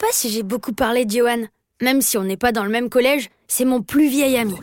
pas si j'ai beaucoup parlé de Johan. Même si on n'est pas dans le même collège, c'est mon plus vieil ami.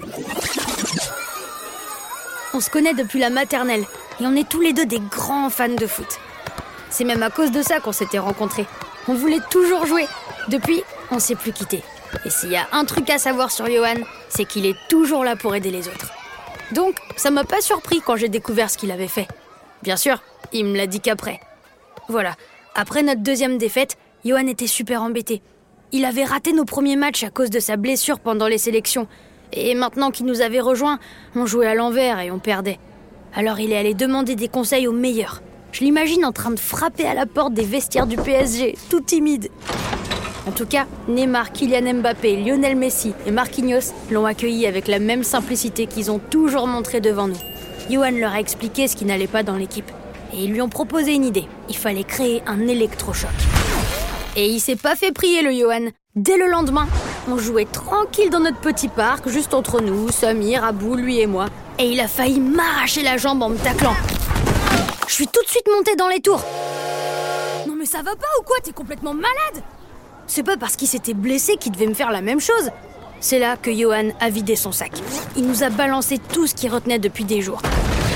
On se connaît depuis la maternelle et on est tous les deux des grands fans de foot. C'est même à cause de ça qu'on s'était rencontrés. On voulait toujours jouer. Depuis, on s'est plus quittés. Et s'il y a un truc à savoir sur Johan, c'est qu'il est toujours là pour aider les autres. Donc, ça m'a pas surpris quand j'ai découvert ce qu'il avait fait. Bien sûr, il me l'a dit qu'après. Voilà, après notre deuxième défaite, Johan était super embêté. Il avait raté nos premiers matchs à cause de sa blessure pendant les sélections. Et maintenant qu'il nous avait rejoints, on jouait à l'envers et on perdait. Alors il est allé demander des conseils aux meilleurs. Je l'imagine en train de frapper à la porte des vestiaires du PSG, tout timide. En tout cas, Neymar, Kylian Mbappé, Lionel Messi et Marquinhos l'ont accueilli avec la même simplicité qu'ils ont toujours montrée devant nous. Johan leur a expliqué ce qui n'allait pas dans l'équipe. Et ils lui ont proposé une idée. Il fallait créer un électrochoc. Et il s'est pas fait prier, le Johan. Dès le lendemain, on jouait tranquille dans notre petit parc, juste entre nous, Samir, Abou, lui et moi. Et il a failli m'arracher la jambe en me taclant. Je suis tout de suite montée dans les tours. Non mais ça va pas ou quoi? T'es complètement malade? C'est pas parce qu'il s'était blessé qu'il devait me faire la même chose. C'est là que Johan a vidé son sac. Il nous a balancé tout ce qu'il retenait depuis des jours.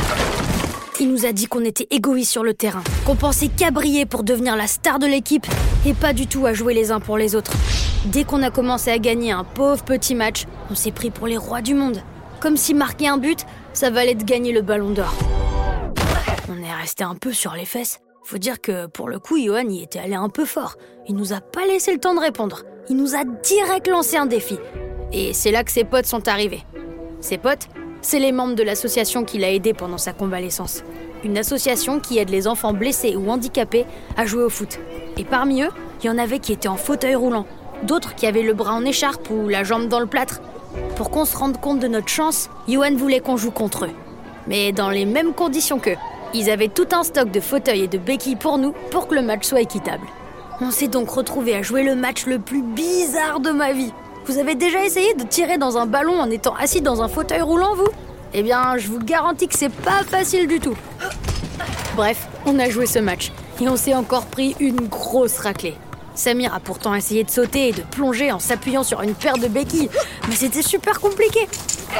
Il nous a dit qu'on était égoïstes sur le terrain, qu'on pensait qu'à briller pour devenir la star de l'équipe et pas du tout à jouer les uns pour les autres. Dès qu'on a commencé à gagner un pauvre petit match, on s'est pris pour les rois du monde. Comme si marquer un but, ça valait de gagner le ballon d'or. On est resté un peu sur les fesses. Faut dire que pour le coup, Johan y était allé un peu fort. Il nous a pas laissé le temps de répondre. Il nous a direct lancé un défi. Et c'est là que ses potes sont arrivés. Ses potes, c'est les membres de l'association qui l'a aidé pendant sa convalescence. Une association qui aide les enfants blessés ou handicapés à jouer au foot. Et parmi eux, il y en avait qui étaient en fauteuil roulant. D'autres qui avaient le bras en écharpe ou la jambe dans le plâtre. Pour qu'on se rende compte de notre chance, Johan voulait qu'on joue contre eux. Mais dans les mêmes conditions qu'eux. Ils avaient tout un stock de fauteuils et de béquilles pour nous, pour que le match soit équitable. On s'est donc retrouvés à jouer le match le plus bizarre de ma vie. Vous avez déjà essayé de tirer dans un ballon en étant assis dans un fauteuil roulant, vous? Eh bien, je vous garantis que c'est pas facile du tout. Bref, on a joué ce match. Et on s'est encore pris une grosse raclée. Samir a pourtant essayé de sauter et de plonger en s'appuyant sur une paire de béquilles. Mais c'était super compliqué.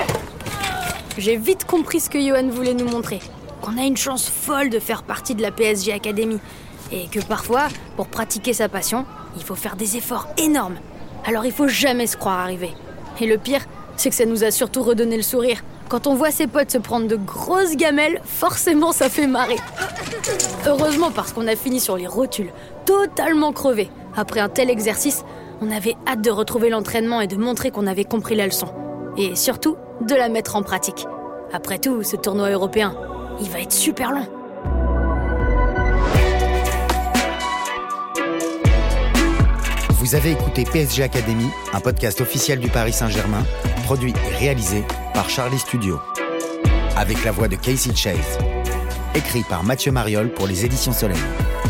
J'ai vite compris ce que Johan voulait nous montrer. Qu'on a une chance folle de faire partie de la PSG Academy. Et que parfois, pour pratiquer sa passion, il faut faire des efforts énormes. Alors il faut jamais se croire arrivé. Et le pire, c'est que ça nous a surtout redonné le sourire. Quand on voit ses potes se prendre de grosses gamelles, forcément ça fait marrer. Heureusement, parce qu'on a fini sur les rotules, totalement crevés. Après un tel exercice, on avait hâte de retrouver l'entraînement et de montrer qu'on avait compris la leçon. Et surtout, de la mettre en pratique. Après tout, ce tournoi européen, il va être super long. Vous avez écouté PSG Academy, un podcast officiel du Paris Saint-Germain, produit et réalisé par Charlie Studio. Avec la voix de Casey Chase. Écrit par Mathieu Mariol pour les éditions Soleil.